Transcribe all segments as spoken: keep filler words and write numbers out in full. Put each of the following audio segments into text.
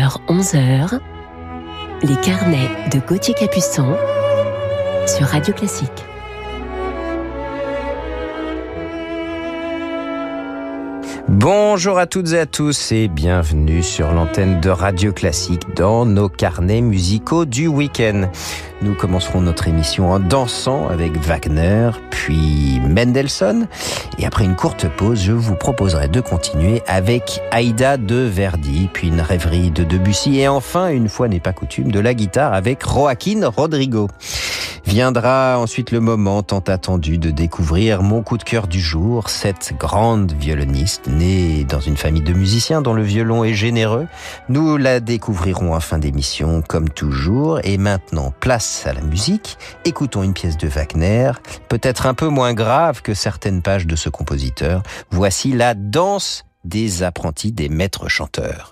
heures onze heures, les carnets de Gauthier Capuçon sur Radio Classique. Bonjour à toutes et à tous et bienvenue sur l'antenne de Radio Classique dans nos carnets musicaux du week-end. Nous commencerons notre émission en dansant avec Wagner, puis Mendelssohn. Et après une courte pause, je vous proposerai de continuer avec Aïda de Verdi, puis une rêverie de Debussy. Et enfin, une fois n'est pas coutume, de la guitare avec Joaquín Rodrigo. Viendra ensuite le moment tant attendu de découvrir mon coup de cœur du jour, cette grande violoniste née dans une famille de musiciens dont le violon est généreux. Nous la découvrirons en fin d'émission comme toujours. Et maintenant, place à la musique. Écoutons une pièce de Wagner, peut-être un peu moins grave que certaines pages de ce compositeur. Voici la danse des apprentis des maîtres chanteurs.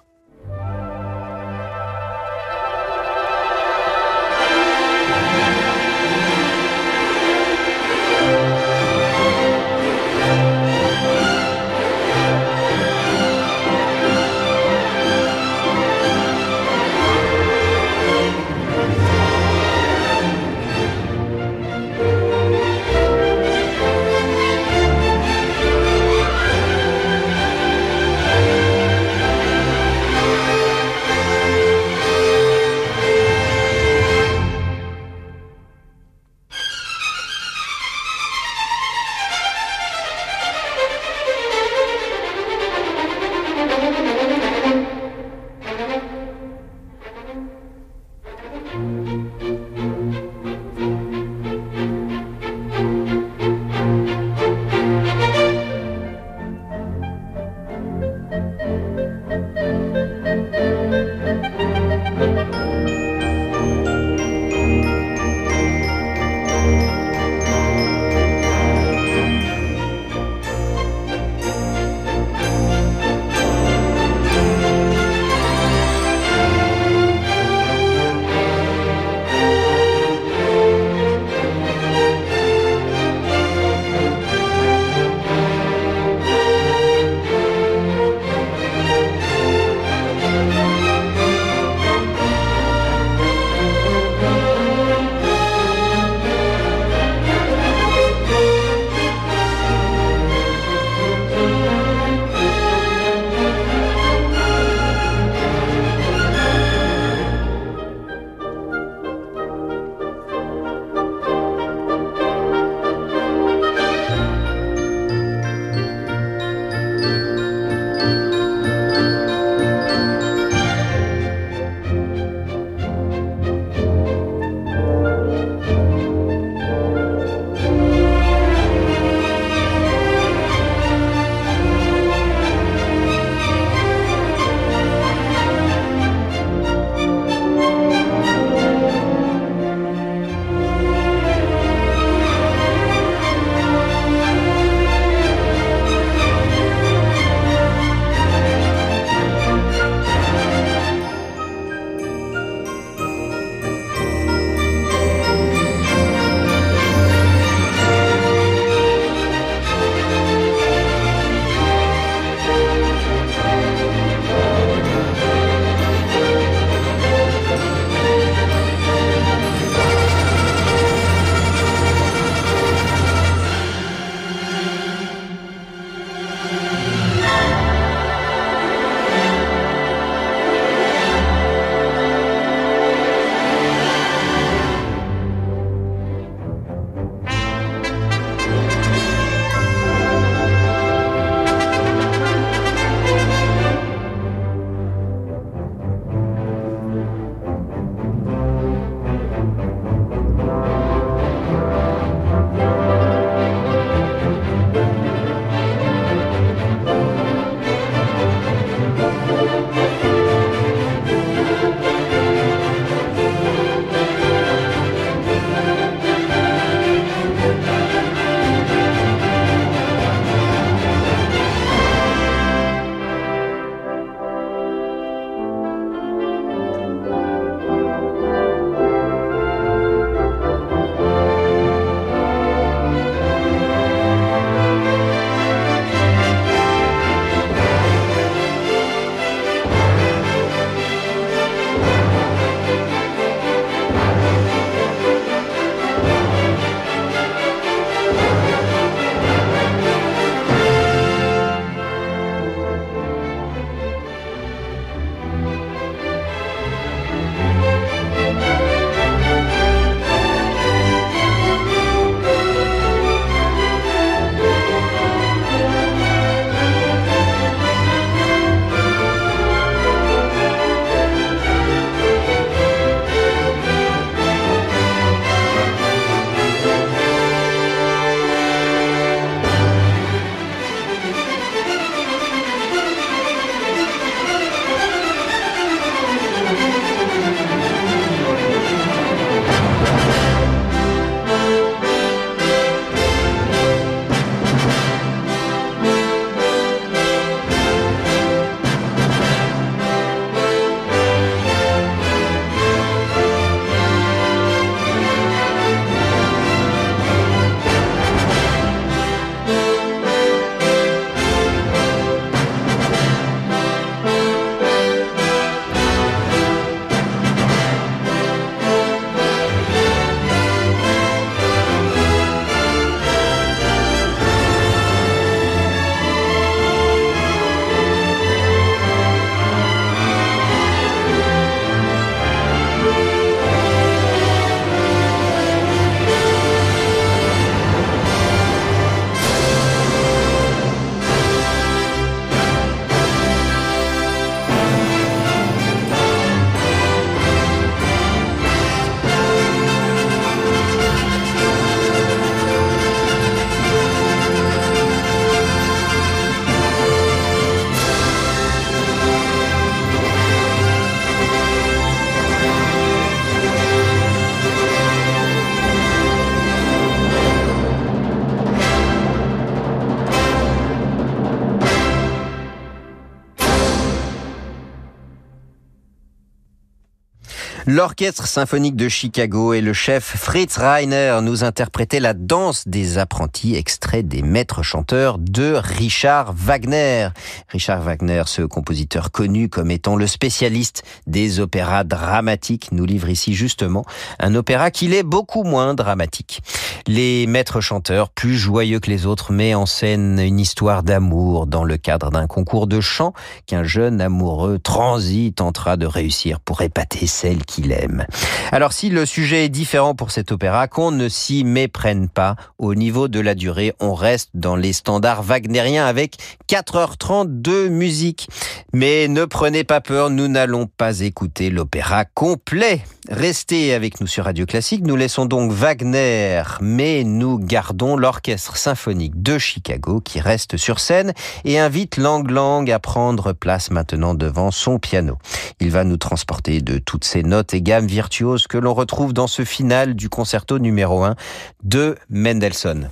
L'Orchestre symphonique de Chicago et le chef Fritz Reiner nous interprétaient la danse des apprentis, extrait des maîtres chanteurs de Richard Wagner. Richard Wagner, ce compositeur connu comme étant le spécialiste des opéras dramatiques, nous livre ici justement un opéra qu'il est beaucoup moins dramatique. Les maîtres chanteurs, plus joyeux que les autres, met en scène une histoire d'amour dans le cadre d'un concours de chant qu'un jeune amoureux transi tentera de réussir pour épater celle qu'il aime. Alors si le sujet est différent pour cet opéra, qu'on ne s'y méprenne pas. Au niveau de la durée, on reste dans les standards wagnériens avec quatre heures trente de musique. Mais ne prenez pas peur, nous n'allons pas écouter l'opéra complet. Restez avec nous sur Radio Classique, nous laissons donc Wagner, mais nous gardons l'Orchestre symphonique de Chicago qui reste sur scène et invite Lang Lang à prendre place maintenant devant son piano. Il va nous transporter de toutes ces notes et gammes virtuoses que l'on retrouve dans ce final du concerto numéro un de Mendelssohn.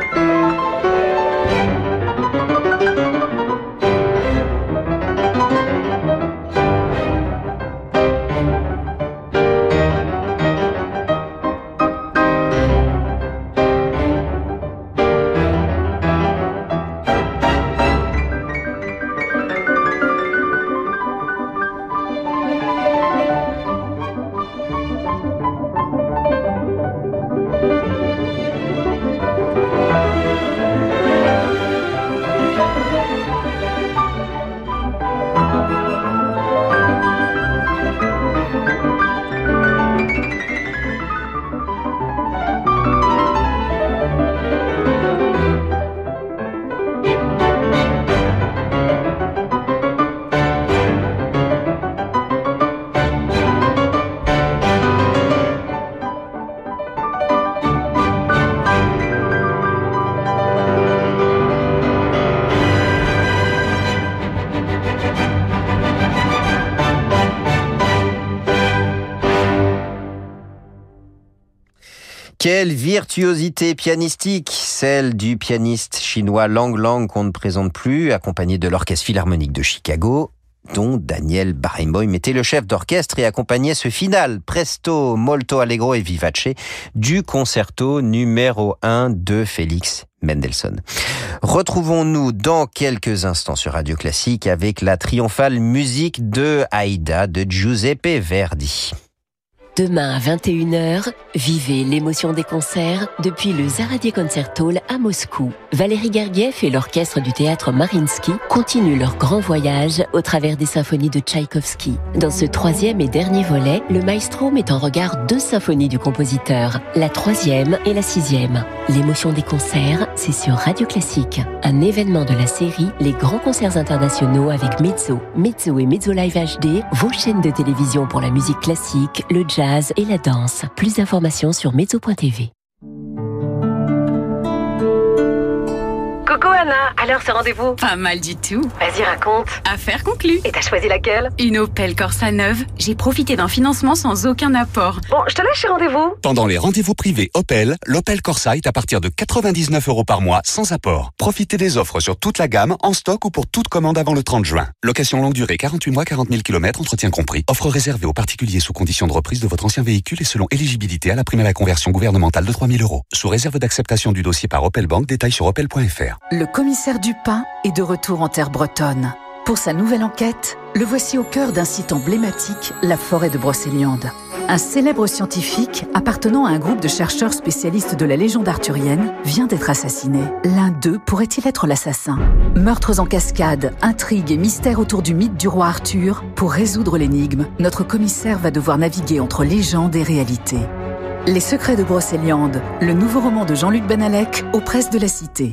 Quelle virtuosité pianistique, celle du pianiste chinois Lang Lang qu'on ne présente plus, accompagné de l'Orchestre Philharmonique de Chicago, dont Daniel Barenboim était le chef d'orchestre et accompagnait ce final presto, molto allegro et vivace du concerto numéro un de Félix Mendelssohn. Retrouvons-nous dans quelques instants sur Radio Classique avec la triomphale musique de Aïda de Giuseppe Verdi. Demain à vingt et une heures, vivez l'émotion des concerts depuis le Zaradier Concert Hall à Moscou. Valérie Gergiev et l'orchestre du théâtre Mariinsky continuent leur grand voyage au travers des symphonies de Tchaïkovski. Dans ce troisième et dernier volet, le maestro met en regard deux symphonies du compositeur, la troisième et la sixième. L'émotion des concerts, c'est sur Radio Classique. Un événement de la série Les Grands Concerts Internationaux avec Mezzo. Mezzo et Mezzo Live H D, vos chaînes de télévision pour la musique classique, le jazz et la danse. Plus d'informations sur mezzo point t v. Coucou Anna, alors ce rendez-vous? Pas mal du tout. Vas-y, raconte. Affaire conclue. Et t'as choisi laquelle? Une Opel Corsa neuve. J'ai profité d'un financement sans aucun apport. Bon, je te laisse chez rendez-vous. Pendant les rendez-vous privés Opel, l'Opel Corsa est à partir de quatre-vingt-dix-neuf euros par mois sans apport. Profitez des offres sur toute la gamme, en stock ou pour toute commande avant le trente juin. Location longue durée, quarante-huit mois, quarante mille kilomètres, entretien compris. Offre réservée aux particuliers sous condition de reprise de votre ancien véhicule et selon éligibilité à la prime à la conversion gouvernementale de trois mille euros. Sous réserve d'acceptation du dossier par Opel Bank, détails sur opel point f r. Le commissaire Dupin est de retour en terre bretonne. Pour sa nouvelle enquête, le voici au cœur d'un site emblématique, la forêt de Brocéliande. Un célèbre scientifique appartenant à un groupe de chercheurs spécialistes de la légende arthurienne vient d'être assassiné. L'un d'eux pourrait-il être l'assassin? Meurtres en cascade, intrigues et mystères autour du mythe du roi Arthur. Pour résoudre l'énigme, notre commissaire va devoir naviguer entre légende et réalité. Les secrets de Brocéliande, le nouveau roman de Jean-Luc Benallec aux presses de la Cité.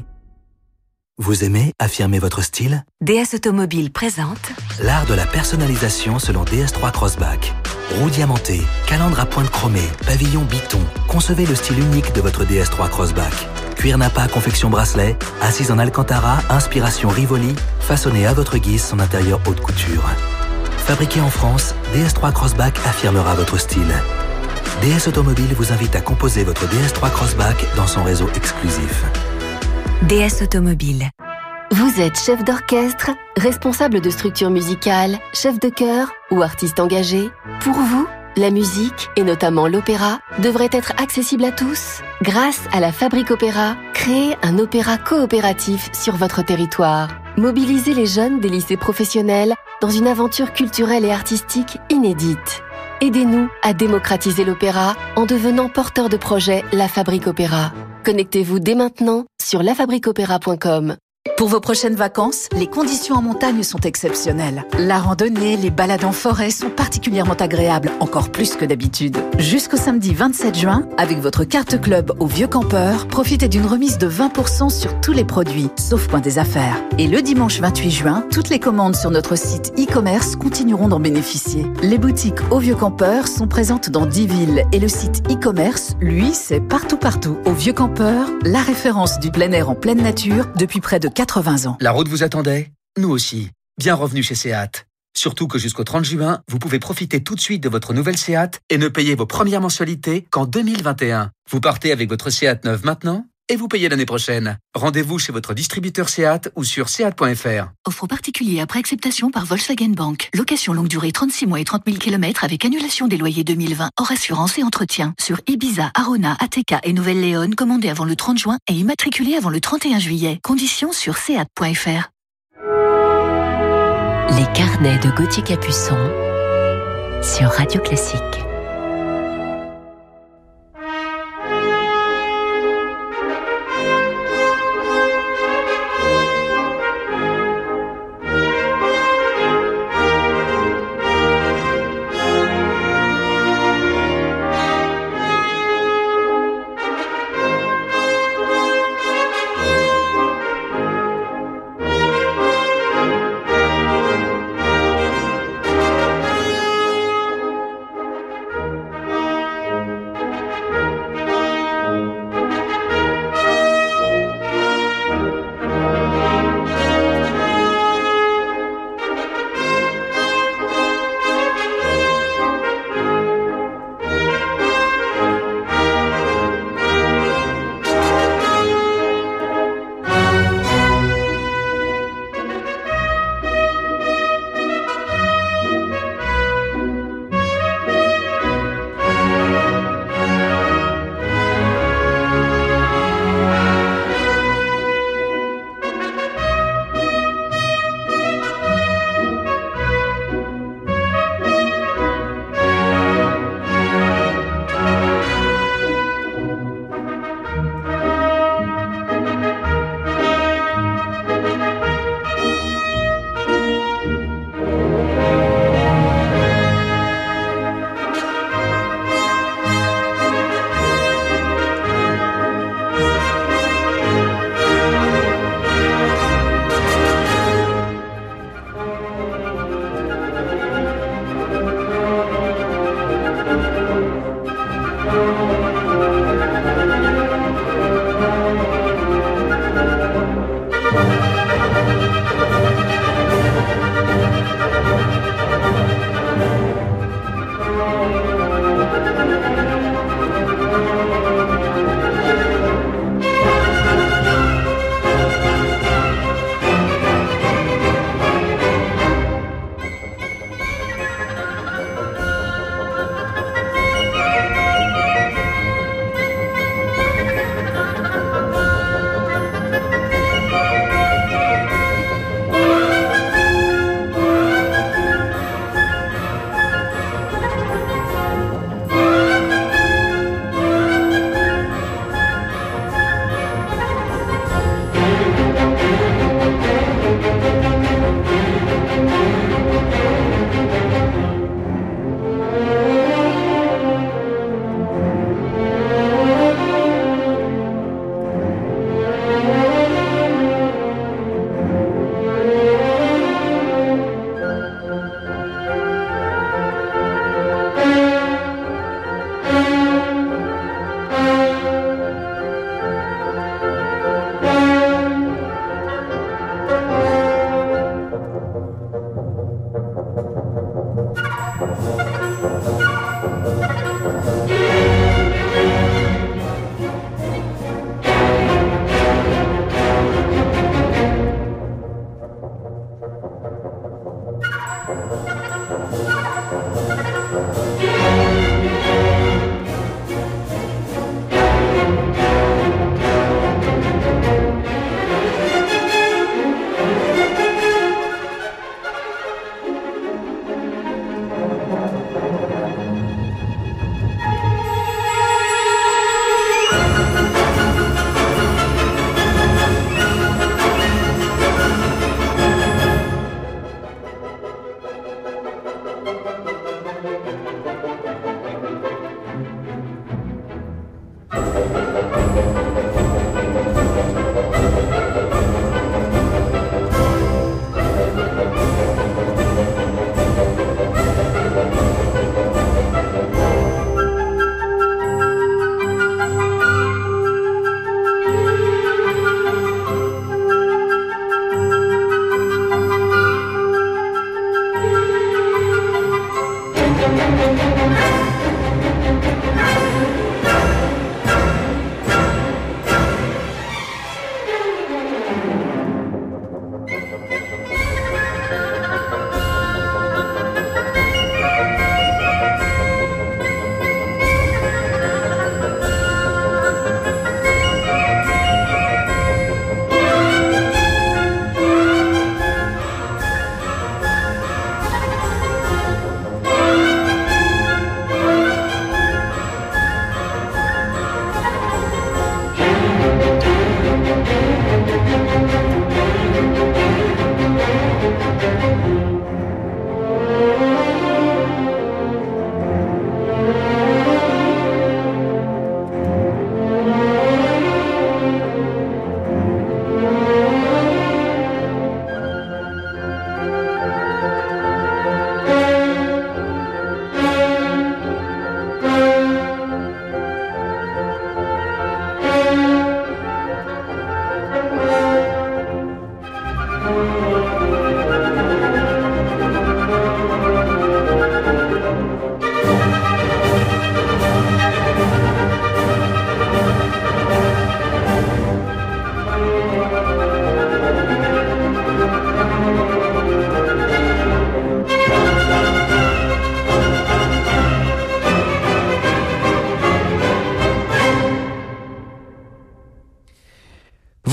Vous aimez affirmer votre style? D S Automobile présente l'art de la personnalisation selon D S trois Crossback. Roues diamantées, calandre à pointe chromée, pavillon Biton. Concevez le style unique de votre D S trois Crossback. Cuir Nappa, confection bracelet, assise en Alcantara, inspiration Rivoli, façonnée à votre guise son intérieur haute couture. Fabriqué en France, D S trois Crossback affirmera votre style. D S Automobile vous invite à composer votre D S trois Crossback dans son réseau exclusif. D S Automobile. Vous êtes chef d'orchestre, responsable de structure musicale, chef de chœur ou artiste engagé? Pour vous, la musique, et notamment l'opéra, devrait être accessible à tous. Grâce à la Fabrique Opéra, créez un opéra coopératif sur votre territoire. Mobilisez les jeunes des lycées professionnels dans une aventure culturelle et artistique inédite. Aidez-nous à démocratiser l'opéra en devenant porteur de projet La Fabrique Opéra. Connectez-vous dès maintenant sur la fabrique opéra point com. Pour vos prochaines vacances, les conditions en montagne sont exceptionnelles. La randonnée, les balades en forêt sont particulièrement agréables, encore plus que d'habitude. Jusqu'au samedi vingt-sept juin, avec votre carte club au Vieux Campeur, profitez d'une remise de vingt pour cent sur tous les produits, sauf Point des Affaires. Et le dimanche vingt-huit juin, toutes les commandes sur notre site e-commerce continueront d'en bénéficier. Les boutiques au Vieux Campeur sont présentes dans dix villes et le site e-commerce, lui, c'est partout partout. Au Vieux Campeur, la référence du plein air en pleine nature depuis près de quatre-vingts ans. La route vous attendait? Nous aussi. Bien revenu chez Seat. Surtout que jusqu'au trente juin, vous pouvez profiter tout de suite de votre nouvelle Seat et ne payer vos premières mensualités qu'en deux mille vingt et un. Vous partez avec votre Seat neuve maintenant? et vous payez l'année prochaine. Rendez-vous chez votre distributeur Seat ou sur seat point f r. Offre particulière après acceptation par Volkswagen Bank. Location longue durée trente-six mois et trente mille kilomètres avec annulation des loyers deux mille vingt hors assurance et entretien. Sur Ibiza, Arona, A T K et Nouvelle-Léon, commandé avant le trente juin et immatriculé avant le trente et un juillet. Conditions sur seat point f r. Les carnets de Gauthier Capuçon sur Radio Classique.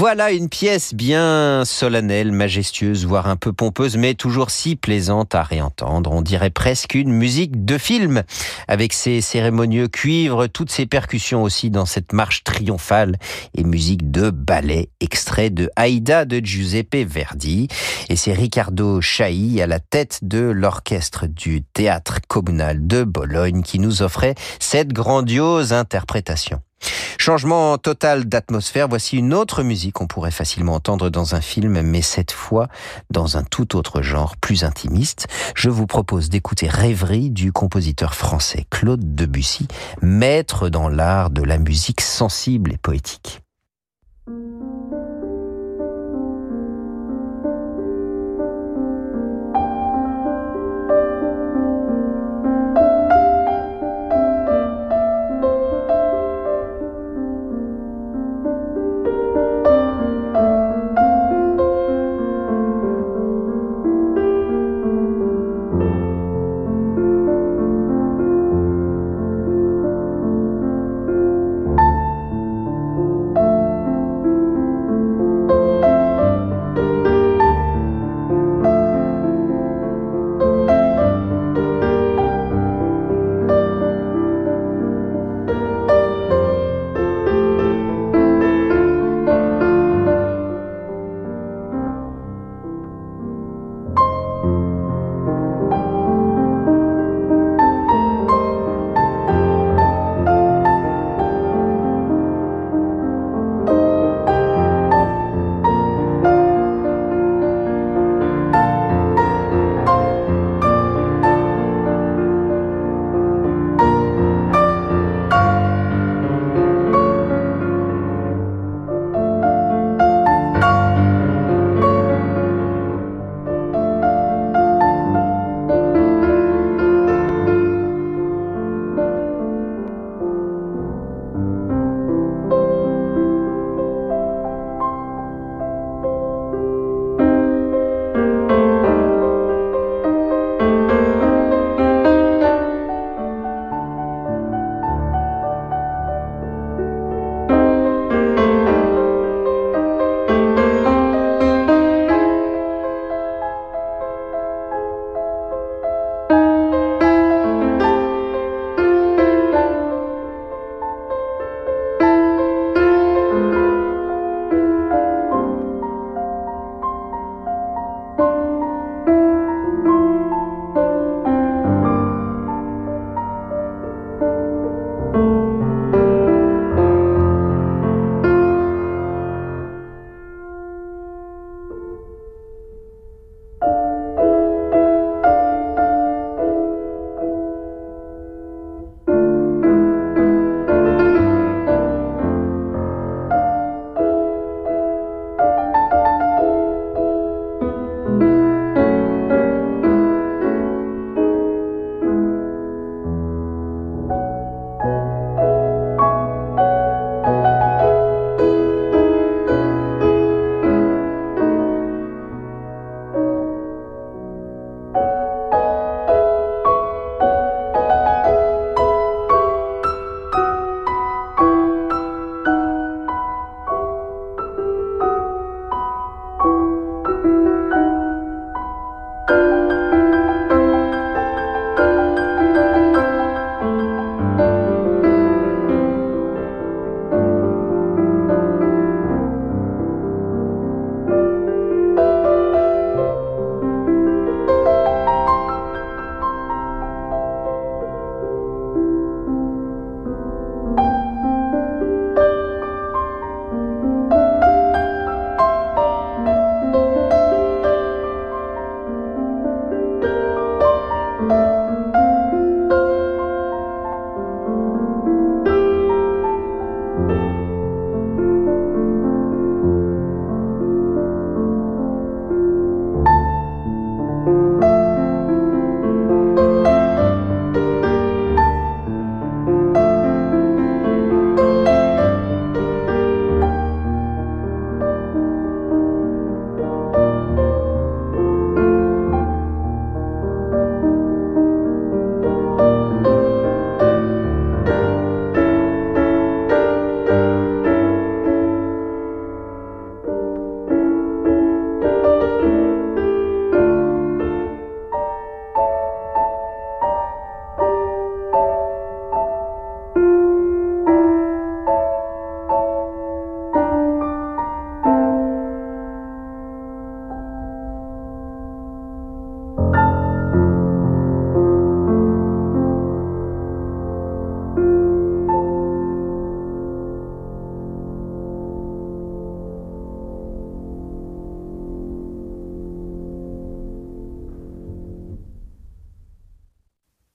Voilà une pièce bien solennelle, majestueuse, voire un peu pompeuse, mais toujours si plaisante à réentendre. On dirait presque une musique de film, avec ses cérémonieux cuivres, toutes ses percussions aussi dans cette marche triomphale et musique de ballet, extrait de Aïda de Giuseppe Verdi. Et c'est Riccardo Chailly à la tête de l'orchestre du Théâtre communal de Bologne qui nous offrait cette grandiose interprétation. Changement total d'atmosphère, voici une autre musique qu'on pourrait facilement entendre dans un film, mais cette fois dans un tout autre genre, plus intimiste. Je vous propose d'écouter Rêverie du compositeur français Claude Debussy, maître dans l'art de la musique sensible et poétique.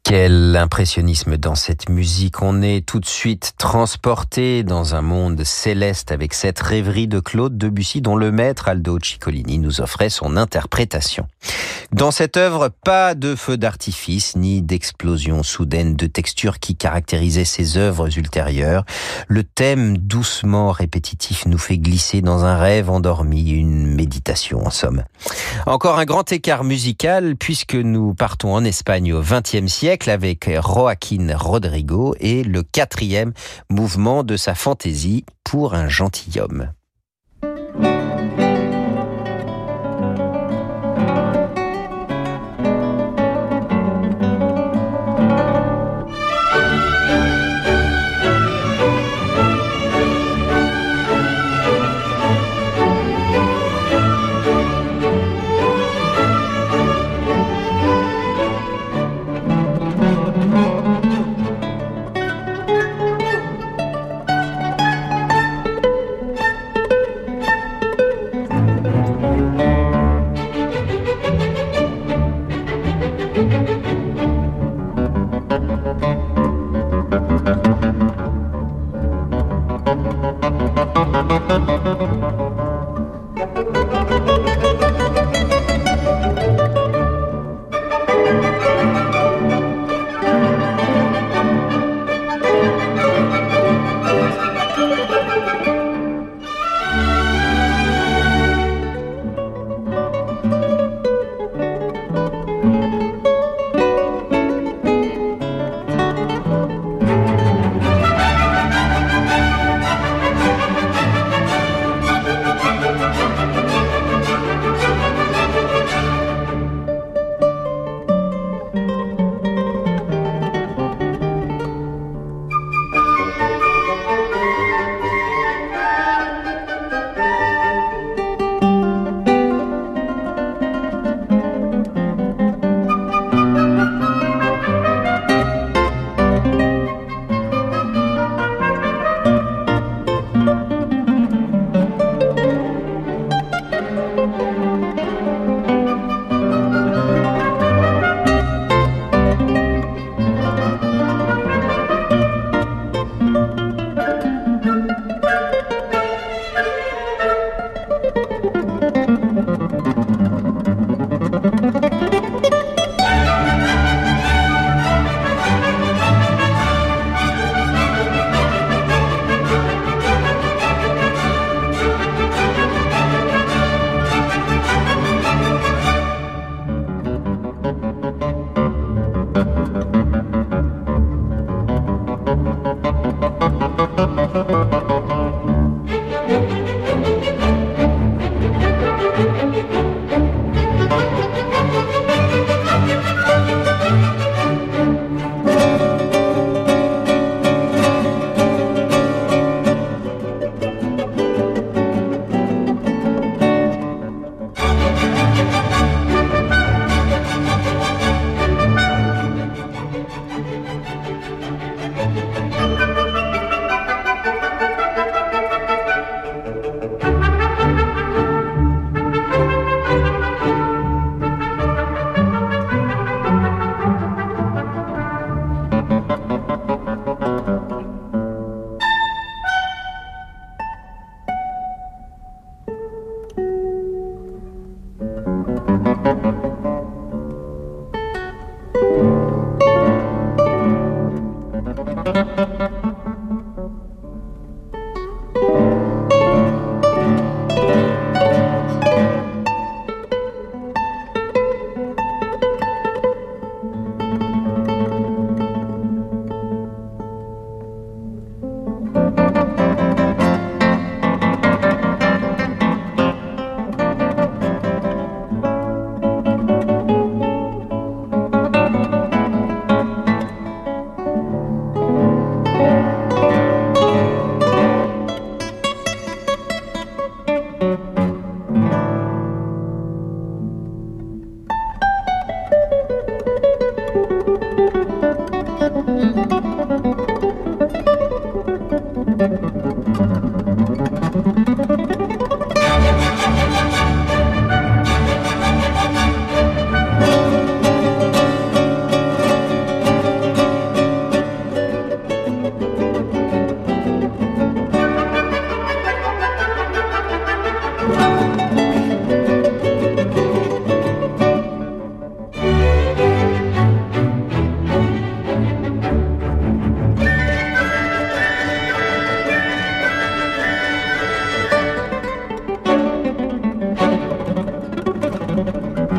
Quel impressionnisme dans cette musique. On est tout de suite transporté dans un monde céleste avec cette rêverie de Claude Debussy dont le maître Aldo Ciccolini nous offrait son interprétation. Dans cette œuvre, pas de feu d'artifice ni d'explosion soudaine de texture qui caractérisait ses œuvres ultérieures. Le thème doucement répétitif nous fait glisser dans un rêve endormi, une méditation en somme. Encore un grand écart musical puisque nous partons en Espagne au vingtième siècle avec Joaquín Rodrigo et le quatrième mouvement de sa fantaisie pour un gentilhomme.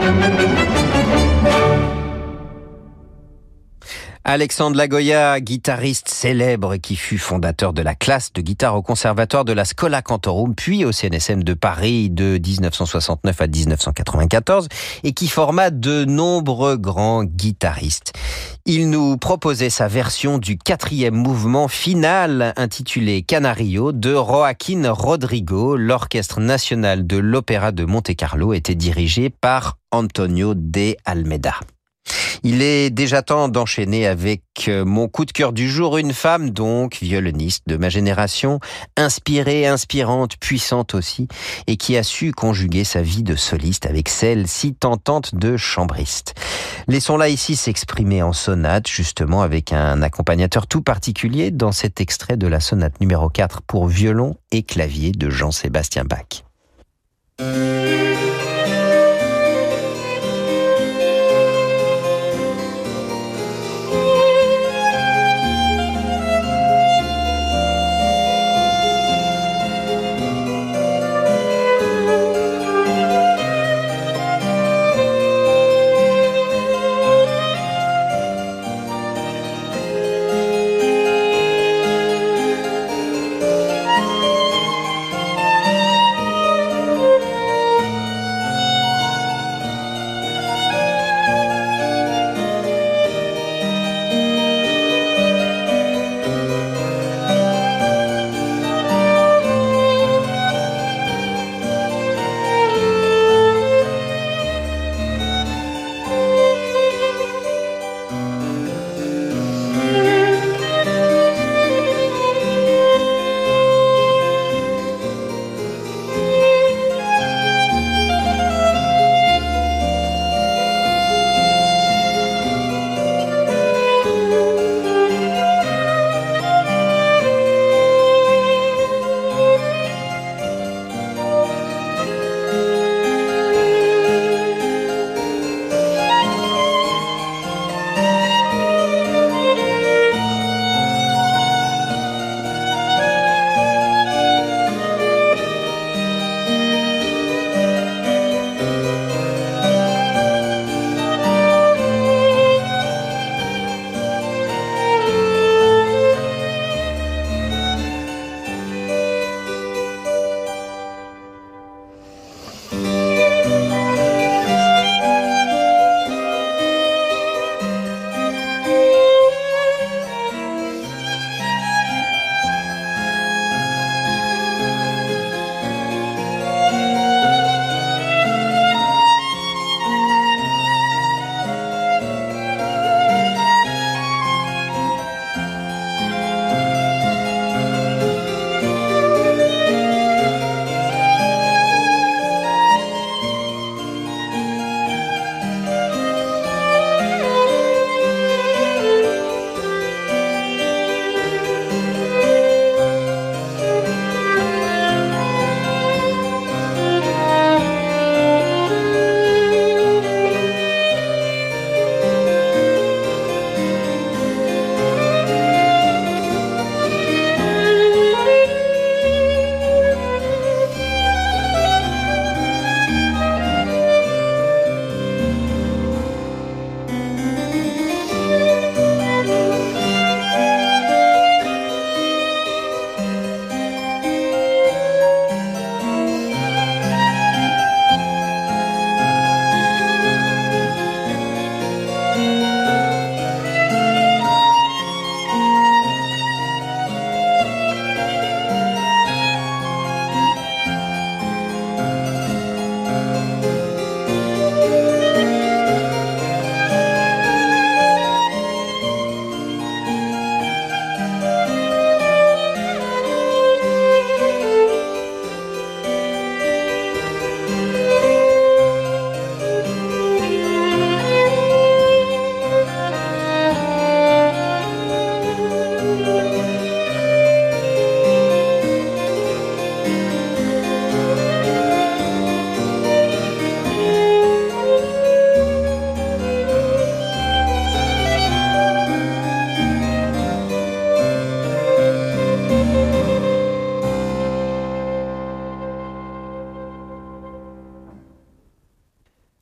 Alexandre Lagoya, guitariste célèbre qui fut fondateur de la classe de guitare au conservatoire de la Schola Cantorum, puis au C N S M de Paris de dix-neuf cent soixante-neuf à dix-neuf cent quatre-vingt-quatorze et qui forma de nombreux grands guitaristes. Il nous proposait sa version du quatrième mouvement final intitulé Canario de Joaquín Rodrigo. L'Orchestre national de l'Opéra de Monte-Carlo était dirigé par Antonio de Almeida. Il est déjà temps d'enchaîner avec mon coup de cœur du jour, une femme donc, violoniste de ma génération, inspirée, inspirante, puissante aussi, et qui a su conjuguer sa vie de soliste avec celle si tentante de chambriste. Laissons-la ici s'exprimer en sonate, justement avec un accompagnateur tout particulier dans cet extrait de la sonate numéro quatre pour violon et clavier de Jean-Sébastien Bach.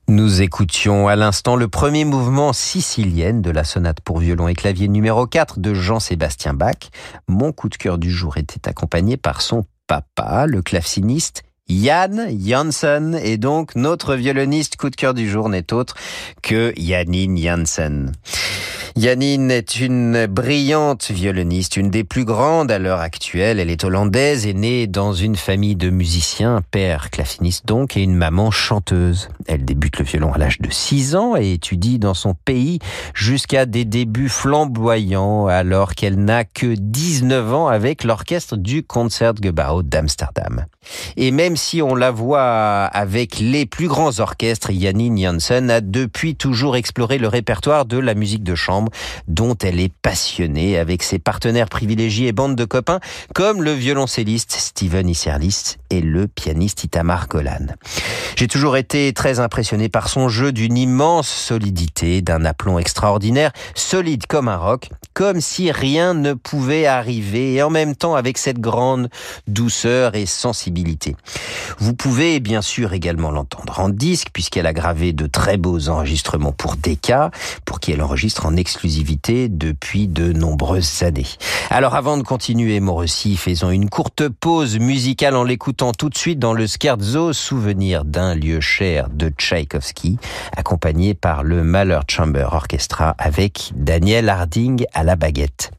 Nous écoutions à l'instant le premier mouvement sicilienne de la sonate pour violon et clavier numéro quatre de Jean-Sébastien Bach. Mon coup de cœur du jour était accompagné par son papa, le claveciniste Jan Janssen, et donc notre violoniste coup de cœur du jour n'est autre que Janine Janssen. Janine est une brillante violoniste, une des plus grandes à l'heure actuelle. Elle est hollandaise et née dans une famille de musiciens, un père claveciniste donc et une maman chanteuse. Elle débute le violon à l'âge de six ans et étudie dans son pays jusqu'à des débuts flamboyants alors qu'elle n'a que dix-neuf ans avec l'orchestre du Concertgebouw d'Amsterdam. Et même si on la voit avec les plus grands orchestres, Janine Janssen a depuis toujours exploré le répertoire de la musique de chambre dont elle est passionnée avec ses partenaires privilégiés et bandes de copains comme le violoncelliste Steven Isserlis et le pianiste Itamar Golan. J'ai toujours été très impressionné par son jeu d'une immense solidité, d'un aplomb extraordinaire, solide comme un roc, comme si rien ne pouvait arriver et en même temps avec cette grande douceur et sensibilité. Vous pouvez bien sûr également l'entendre en disque puisqu'elle a gravé de très beaux enregistrements pour Decca, pour qui elle enregistre en exclusivité depuis de nombreuses années. Alors avant de continuer mon récit, faisons une courte pause musicale en l'écoutant tout de suite dans le Scherzo, souvenir d'un lieu cher de Tchaïkovski, accompagné par le Mahler Chamber Orchestra avec Daniel Harding à la baguette.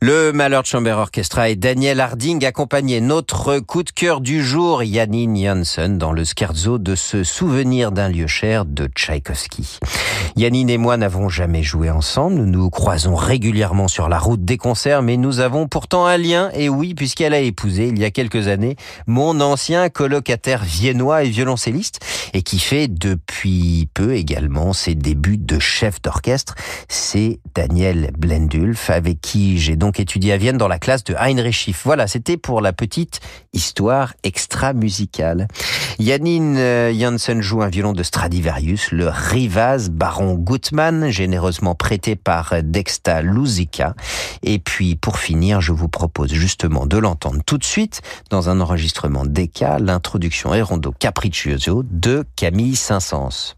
Le Mallard Chamber Orchestra et Daniel Harding accompagnaient notre coup de cœur du jour, Janine Janssen, dans le scherzo de ce souvenir d'un lieu cher de Tchaïkovski. Janine et moi n'avons jamais joué ensemble, nous nous croisons régulièrement sur la route des concerts, mais nous avons pourtant un lien, et oui, puisqu'elle a épousé, il y a quelques années, mon ancien colocataire viennois et violoncelliste, et qui fait depuis peu également ses débuts de chef d'orchestre. C'est Daniel Blendulf, avec qui j'ai donc étudié à Vienne dans la classe de Heinrich Schiff. Voilà, c'était pour la petite histoire extra-musicale. Janine Janssen joue un violon de Stradivarius, le Rivaz Baron Gutmann, généreusement prêté par Dexta Luzica. Et puis, pour finir, je vous propose justement de l'entendre tout de suite dans un enregistrement Decca, l'introduction et rondo Capriccioso de Camille Saint-Saëns.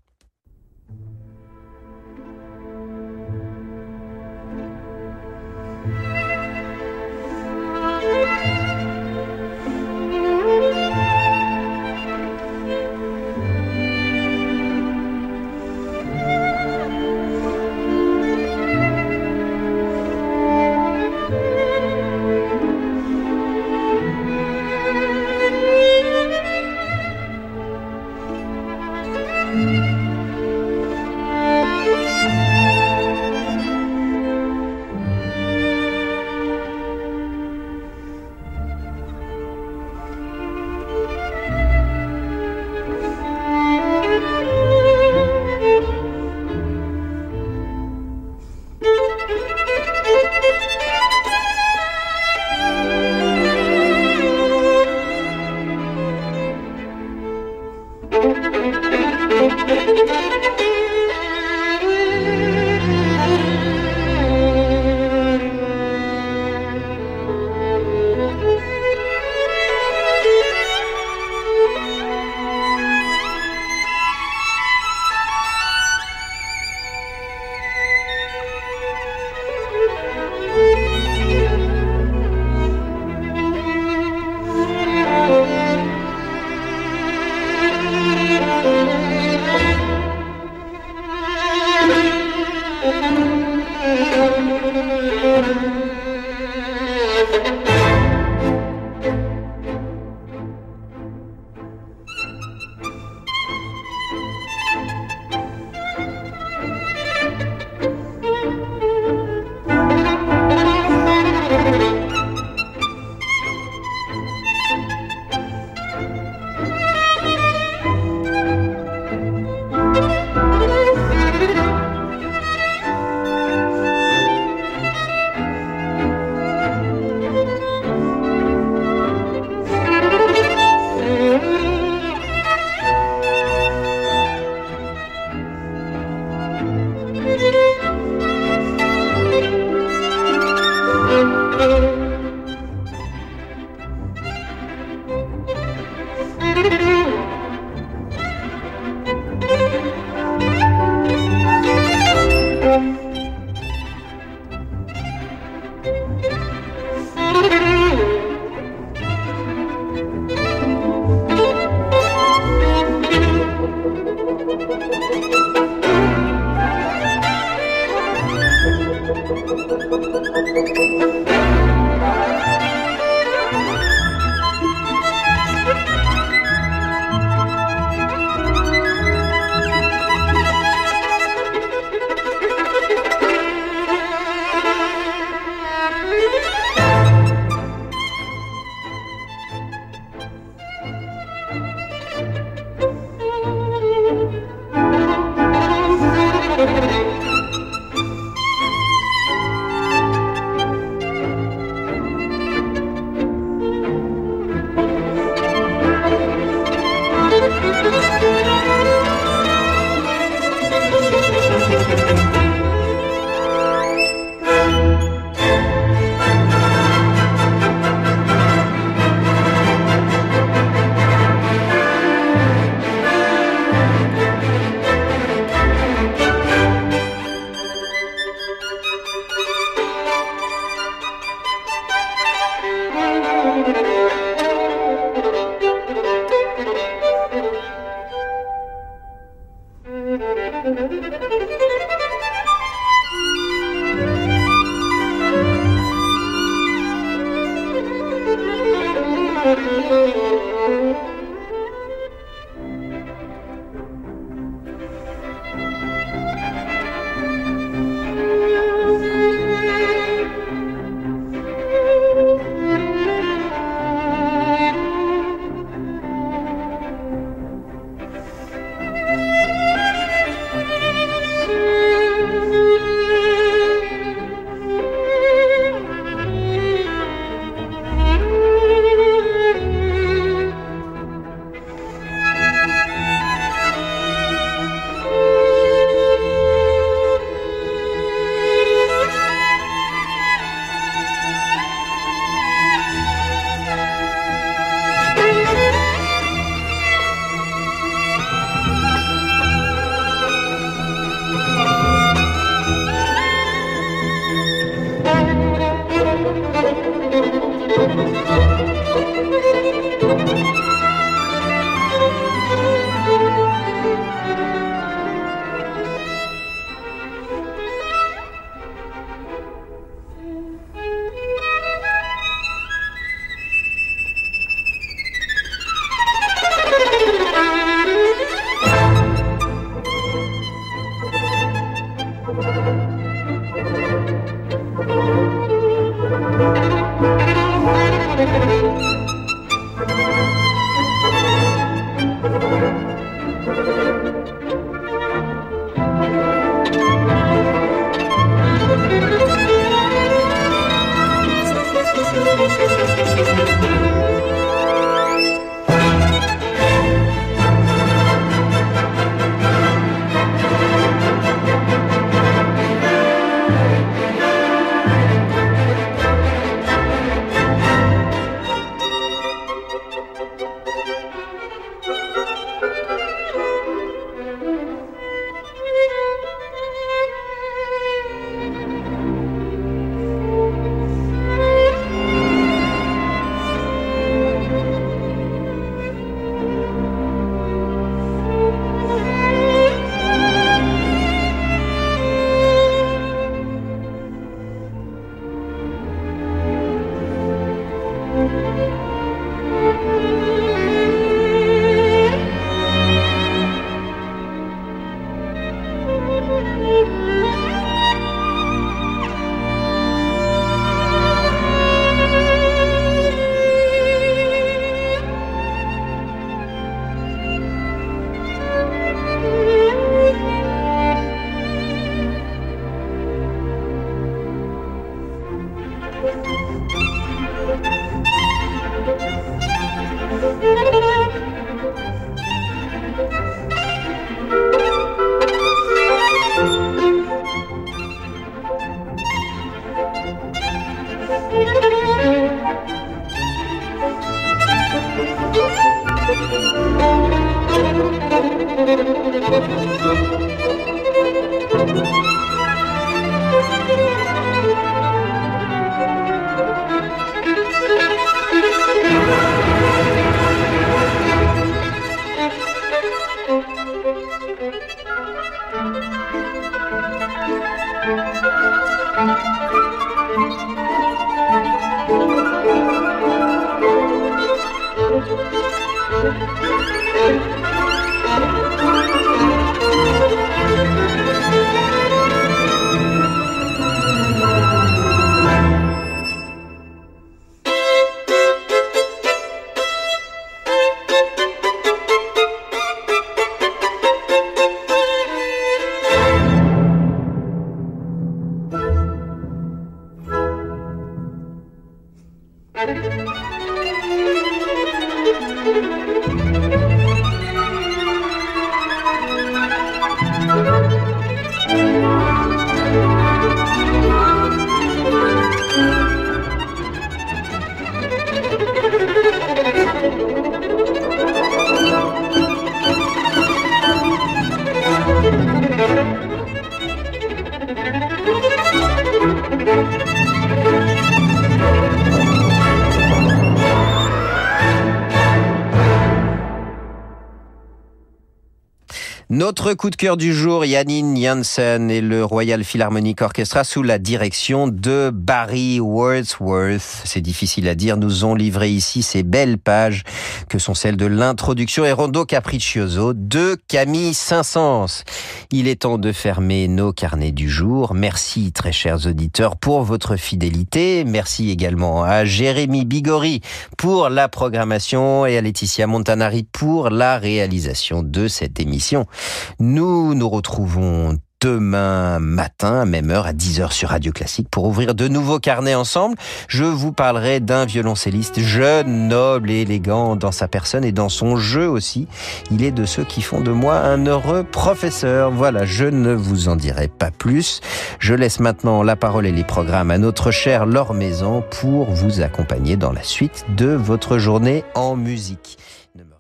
Notre coup de cœur du jour, Janine Jansen et le Royal Philharmonic Orchestra sous la direction de Barry Wordsworth. C'est difficile à dire, nous ont livré ici ces belles pages que sont celles de l'introduction et Rondo Capriccioso de Camille Saint-Saëns. Il est temps de fermer nos carnets du jour. Merci très chers auditeurs pour votre fidélité. Merci également à Jérémy Bigori pour la programmation et à Laetitia Montanari pour la réalisation de cette émission. Nous nous retrouvons demain matin, à même heure, à dix heures sur Radio Classique pour ouvrir de nouveaux carnets ensemble. Je vous parlerai d'un violoncelliste jeune, noble et élégant dans sa personne et dans son jeu aussi. Il est de ceux qui font de moi un heureux professeur. Voilà, je ne vous en dirai pas plus. Je laisse maintenant la parole et les programmes à notre chère Laure Maison pour vous accompagner dans la suite de votre journée en musique. Ne me